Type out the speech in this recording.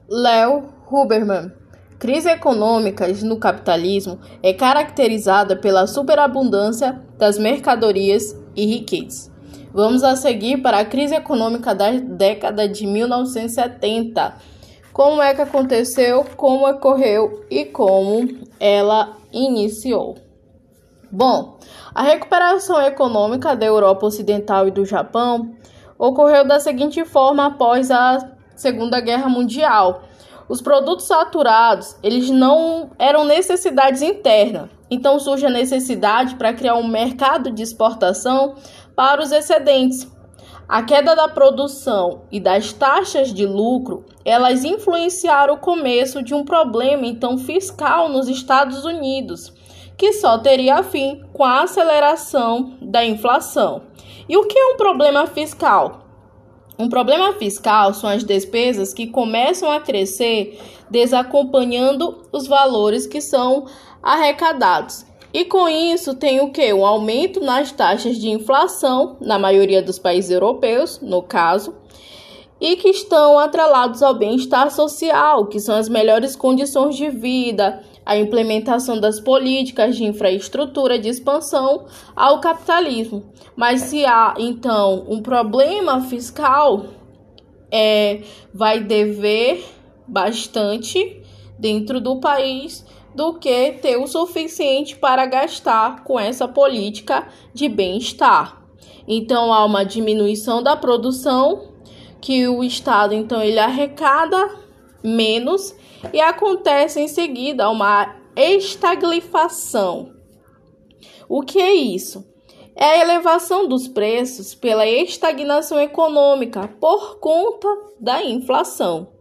Leo Huberman. Crise econômica no capitalismo é caracterizada pela superabundância das mercadorias e riquezas. Vamos a seguir para a crise econômica da década de 1970. Como é que aconteceu, como ocorreu e como ela iniciou. Bom, a recuperação econômica da Europa Ocidental e do Japão ocorreu da seguinte forma após a Segunda Guerra Mundial. Os produtos saturados, eles não eram necessidades internas, então surge a necessidade para criar um mercado de exportação para os excedentes. A queda da produção e das taxas de lucro, elas influenciaram o começo de um problema então fiscal nos Estados Unidos, que só teria fim com a aceleração da inflação. E o que é um problema fiscal? Um problema fiscal são as despesas que começam a crescer desacompanhando os valores que são arrecadados. E com isso tem o quê? Um aumento nas taxas de inflação, na maioria dos países europeus, no caso, e que estão atrelados ao bem-estar social, que são as melhores condições de vida, a implementação das políticas de infraestrutura de expansão ao capitalismo. Mas se há, então, um problema fiscal, vai dever bastante dentro do país do que ter o suficiente para gastar com essa política de bem-estar. Então, há uma diminuição da produção, que o Estado, então, ele arrecada menos e acontece em seguida uma estagflação. O que é isso? É a elevação dos preços pela estagnação econômica por conta da inflação.